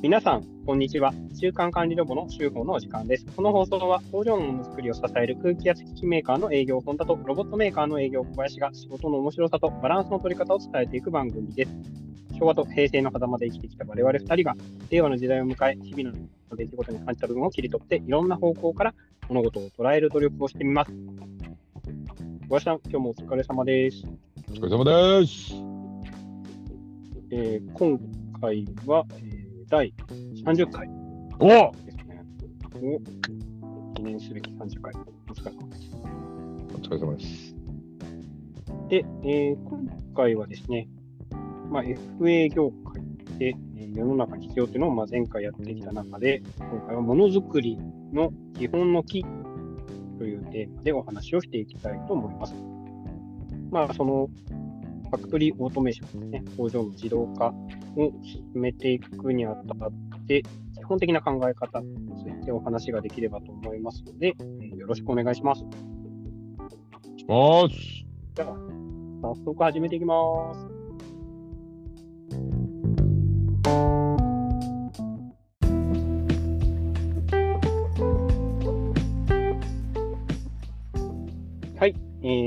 皆さん、こんにちは。中間管理ロボの週報のお時間です。この放送は工場のものづくりを支える空気圧機器メーカーの営業本田とロボットメーカーの営業小林が仕事の面白さとバランスの取り方を伝えていく番組です。昭和と平成の狭間で生きてきた我々2人が令和の時代を迎え、日々の出来事に感じた部分を切り取っていろんな方向から物事を捉える努力をしてみます。小林さん、今日もお疲れ様です。 お疲れ様です。 今回は、第30回おですね。記念すべき30回。お疲れ様です。 お疲れ様です。 で、今回はですね、FA 業界で、世の中に必要というのを前回やってきた中で、今回はものづくりの基本の木というテーマでお話をしていきたいと思います。そのファクトリーオートメーションですね、工場の自動化を進めていくにあたって、基本的な考え方についてお話ができればと思いますので、よろしくお願いします。じゃあ、早速始めていきます。はい、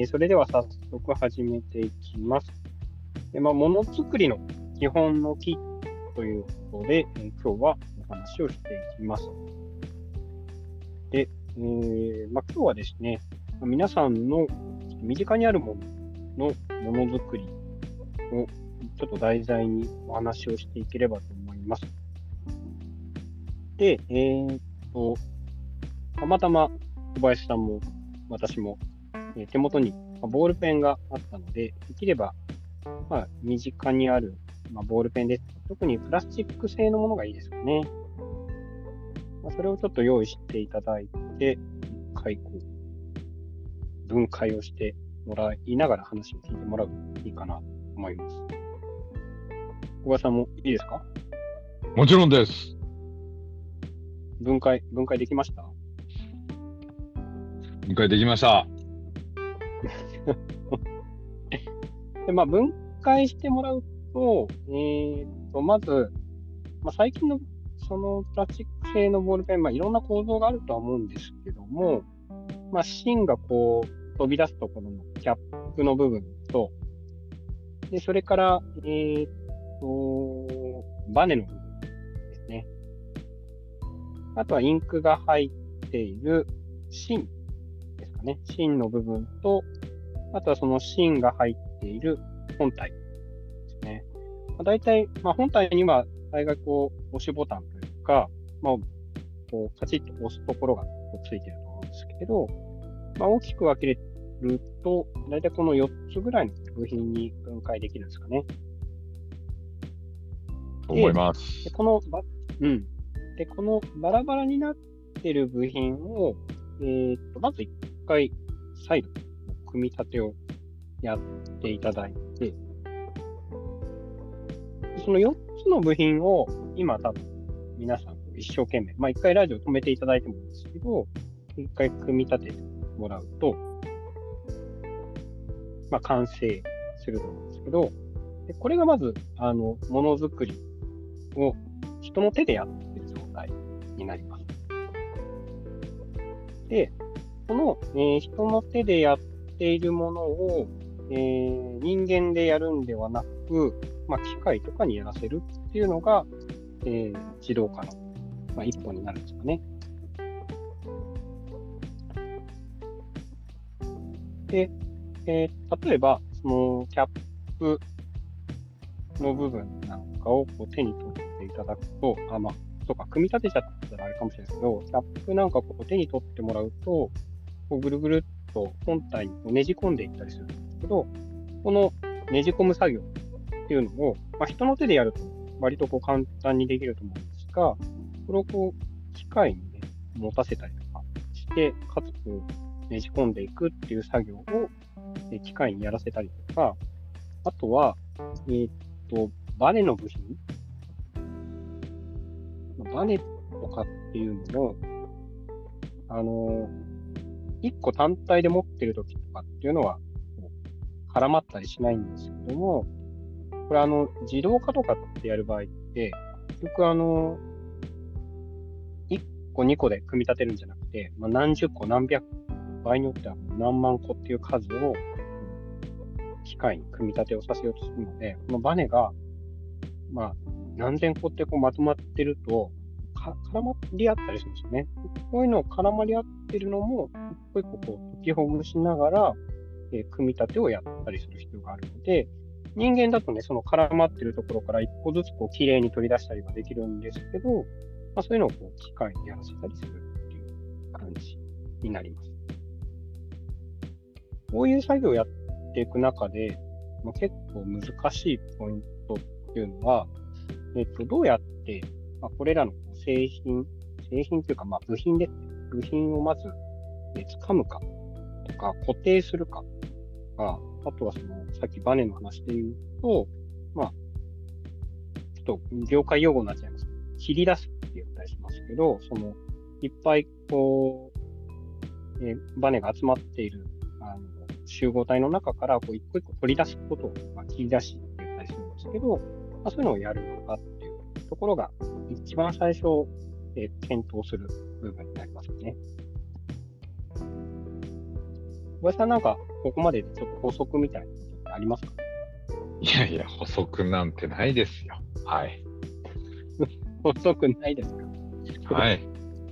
それでは早速始めていきます。ものづくりの基本の木ということで、今日はお話をしていきます。で、今日はですね、皆さんの身近にあるもののものづくりをちょっと題材にお話をしていければと思います。で、たまたま小林さんも私も、手元にボールペンがあったので、できれば身近にある、ボールペンです。特にプラスチック製のものがいいですよね。それをちょっと用意していただいて、一回分解をしてもらいながら話を聞いてもらうといいかなと思います。小林さんもいいですか？ もちろんです。 分解できました？ 分解できました。 で、分解してもらうと、まず、最近のそのプラスチック製のボールペン、いろんな構造があるとは思うんですけども、芯が飛び出すところのキャップの部分と、で、それから、バネの部分ですね。あとはインクが入っている芯ですかね。芯の部分と、あとはその芯が入っている本体ですね。大体、本体には大概押しボタンというか、カチッと押すところがついていると思うんですけど、大きく分けると、大体この4つぐらいの部品に分解できるんですかね。 と思います。 で、このバラバラになっている部品を、まず一回再度組み立てをやっていただいて、その4つの部品を今多分皆さん一生懸命、一回ラジオ止めていただいてもいいんですけど、一回組み立ててもらうと、完成すると思うんですけど、でこれがまず、ものづくりを人の手でやっている状態になります。で、この、人の手でやっているものを、人間でやるんではなく、機械とかにやらせるっていうのが、自動化の、一歩になるんですかね。で、例えば、そのキャップの部分なんかを手に取っていただくと、組み立てちゃったらあれかもしれないですけど、キャップなんか手に取ってもらうと、ぐるぐるっと本体にねじ込んでいったりするんですけど、このねじ込む作業っていうのを、人の手でやると割と簡単にできると思うんですが、これを機械に、持たせたりとかして、かつねじ込んでいくっていう作業を機械にやらせたりとか、あとは、バネの部品バネとかっていうのも、一個単体で持ってるときとかっていうのは、絡まったりしないんですけども、これ自動化とかってやる場合って、 局1個2個で組み立てるんじゃなくて、何十個何百個、場合によっては何万個っていう数を機械に組み立てをさせようとするので、このバネが、何千個ってまとまってると、絡まり合ったりするんですよね。こういうのを絡まり合ってるのも、一個一個解きほぐしながら、組み立てをやったりする必要があるので、人間だとね、その絡まってるところから一個ずつ綺麗に取り出したりはできるんですけど、そういうのを機械にやらせたりするっていう感じになります。こういう作業をやっていく中で、結構難しいポイントっていうのは、どうやって、これらの製品というか、部品ですね。部品をまず、掴むかとか、固定するかとか、あとはさっきバネの話で言うと、ちょっと業界用語になっちゃいますけど、切り出すって言ったりしますけど、いっぱいバネが集まっている集合体の中から一個一個取り出すことを、切り出しって言ったりするんですけど、そういうのをやるのかっていうところが一番最初、検討する部分になりますね。小林さん、ここまででちょっと補足みたいなことってありますか？ いやいや、補足なんてないですよ。はい。 補足ないですか？ はい。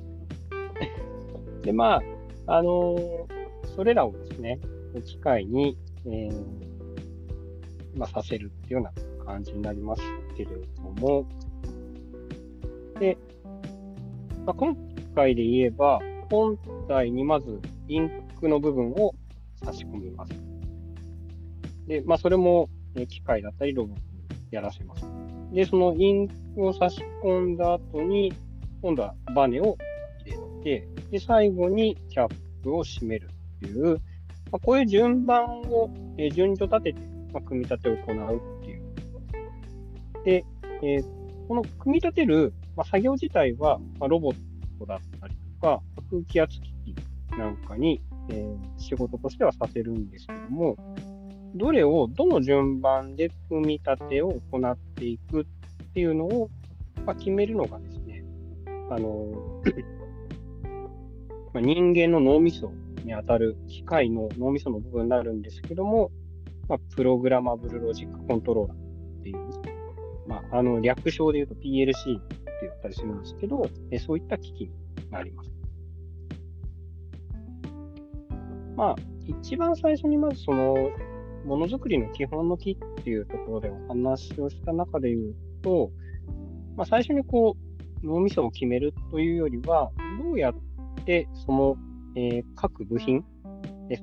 で、それらをですね、機械に、させるっていうような感じになりますけれども、で、今回で言えば、本体にまずインクの部分を差し込みます。で、それも機械だったりロボットにやらせます。で、そのインクを差し込んだ後に、今度はバネを入れて、で、最後にキャップを閉めるっていう、こういう順番を順序立てて、組み立てを行うっていう。で、この組み立てる、作業自体は、ロボットだったりとか、空気圧機器なんかに、仕事としてはさせるんですけども、どの順番で組み立てを行っていくっていうのを、決めるのがですね、人間の脳みそにあたる機械の脳みその部分になるんですけども、プログラマブルロジックコントローラーっていう、略称で言うと PLC って言ったりするんですけど、そういった機器になります。一番最初にまずものづくりの基本の木っていうところでお話をした中で言うと、最初に脳みそを決めるというよりは、どうやって各部品です。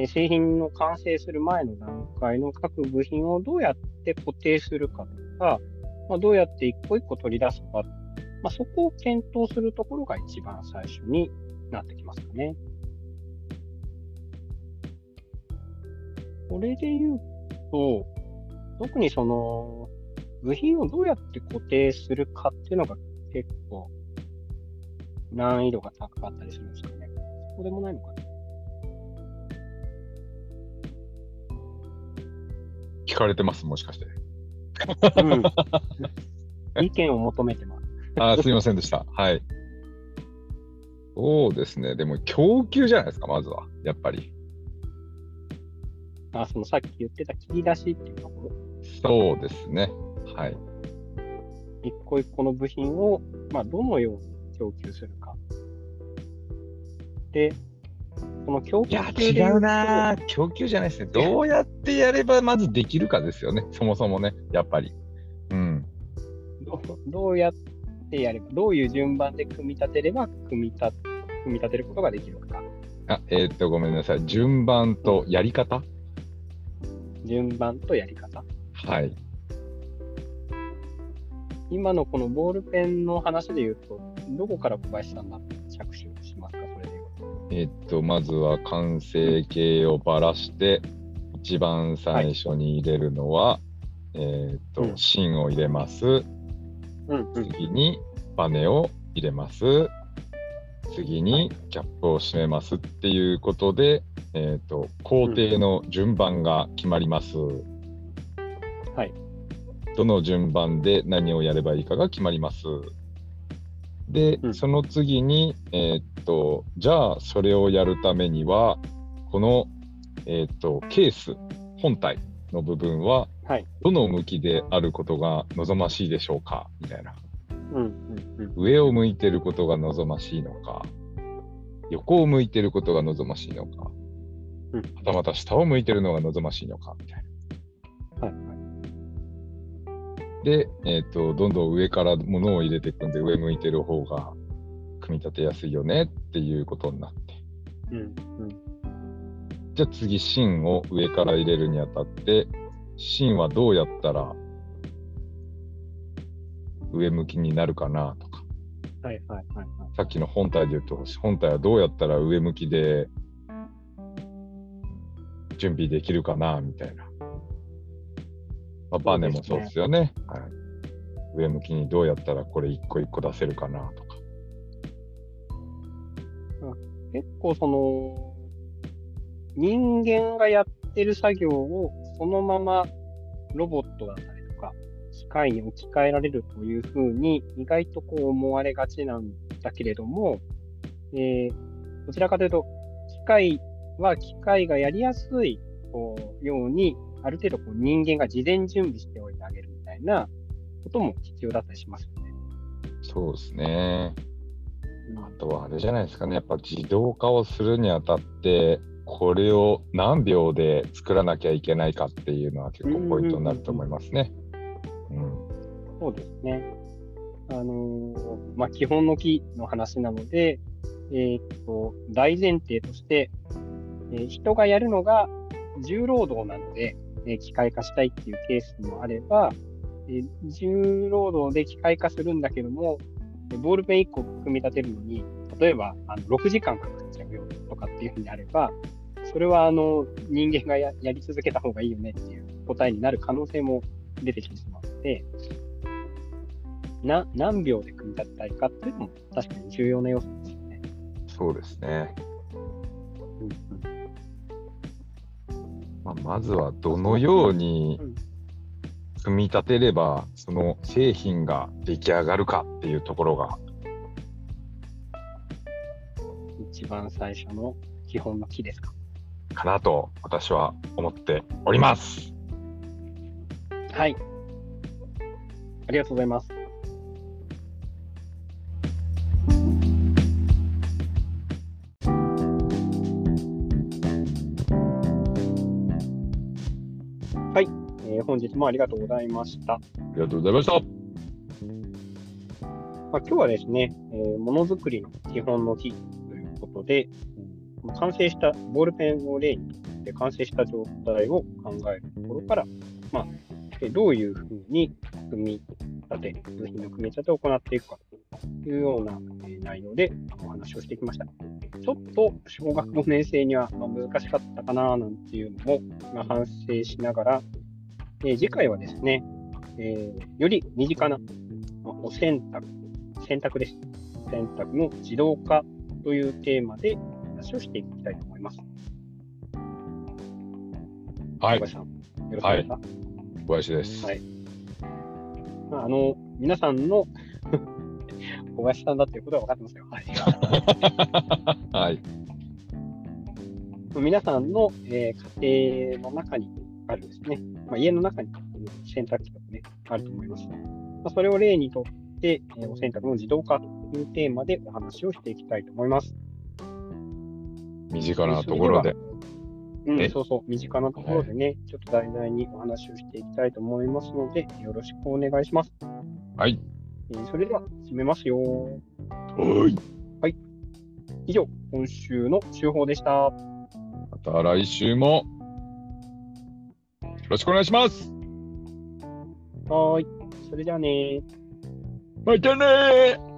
製品の完成する前の段階の各部品をどうやって固定するかとか、どうやって一個一個取り出すか、そこを検討するところが一番最初になってきますかね。これで言うと、特に部品をどうやって固定するかっていうのが結構難易度が高かったりするんですかね。そうでもないのかな。 聞かれてます、もしかして。 意見を求めてます。 すいませんでした。はい。そうですね。でも、供給じゃないですか、まずは。やっぱり。 さっき言ってた切り出しっていうところ。 そうですね。はい。 一個一個の部品を、どのように供給するか。で、その供給で違うな。供給じゃないですね。どうやってやればまずできるかですよね。そもそもね、やっぱり。 どうやってやれば、どういう順番で組み立てれば組み立てることができるか。 ごめんなさい。順番とやり方？ 順番とやり方。 はい。 今のこのボールペンの話で言うと、どこから小林さんが着手しますか、それで。 まずは完成形をばらして、一番最初に入れるのは、芯を入れます。次にバネを入れます。次にキャップを閉めますっていうことで、工程の順番が決まります。 はい。 どの順番で何をやればいいかが決まります。で、その次に、じゃあそれをやるためには、この、ケース、本体の部分は、どの向きであることが望ましいでしょうかみたいな。上を向いてることが望ましいのか、横を向いてることが望ましいのか、はたまた下を向いてるのが望ましいのかみたいな。で、どんどん上から物を入れていくんで、上向いてる方が組み立てやすいよねっていうことになって。じゃあ次、芯を上から入れるにあたって、芯はどうやったら上向きになるかなとか。さっきの本体で言うと、本体はどうやったら上向きで準備できるかなみたいな。バネもそうですよね。上向きにどうやったらこれ一個一個出せるかなとか。 結構その人間がやってる作業をそのままロボットだったりとか機械に置き換えられるというふうに意外とこう思われがちなんだけれども、どちらかというと機械は機械がやりやすいようにある程度こう人間が事前準備しておいてあげるみたいなことも必要だったりしますよね。 そうですね。あとはあれじゃないですかね。やっぱ自動化をするにあたって、これを何秒で作らなきゃいけないかっていうのは結構ポイントになると思いますね。 そうですね。基本の木の話なので、大前提として、人がやるのが重労働なので、機械化したいっていうケースもあれば、重労働で機械化するんだけども、ボールペン1個組み立てるのに、例えば6時間かかっちゃうよとかっていうふうにあれば、それは人間がやり続けた方がいいよねっていう答えになる可能性も出てきてしまうので、何秒で組み立てたいかっていうのも確かに重要な要素ですよね。 そうですね。まずはどのように組み立てればその製品が出来上がるかっていうところが一番最初の基本の木ですかなと私は思っております。 はい、ありがとうございます。はい、本日もありがとうございました。 ありがとうございました。 今日はですね、ものづくりの基本の木ということで、完成したボールペンを例にとって完成した状態を考えるところから、どういうふうに組み立て、部品の組み立てを行っていくかというような内容でお話をしてきました。ちょっと小学5年生には難しかったかななんていうのも反省しながら、次回はですね、より身近なお洗濯です。洗濯の自動化というテーマで話をしていきたいと思います。 はい。 小林さん、よろしくお願いします。 小林です。 はい。皆さんの小林さんだっていうことは分かってますよ。 はい。 皆さんの、家庭の中にあるですね、家の中に洗濯機とかね、あると思います。それを例にとって、お洗濯の自動化というテーマでお話をしていきたいと思います。 身近なところで。 身近なところでね、ちょっと題材にお話をしていきたいと思いますので、よろしくお願いします。 はい。 それでは、始めますよ。 はい。 以上、今週の週報でした。 また来週も、よろしくお願いします。 はい。それじゃあね。 またねー。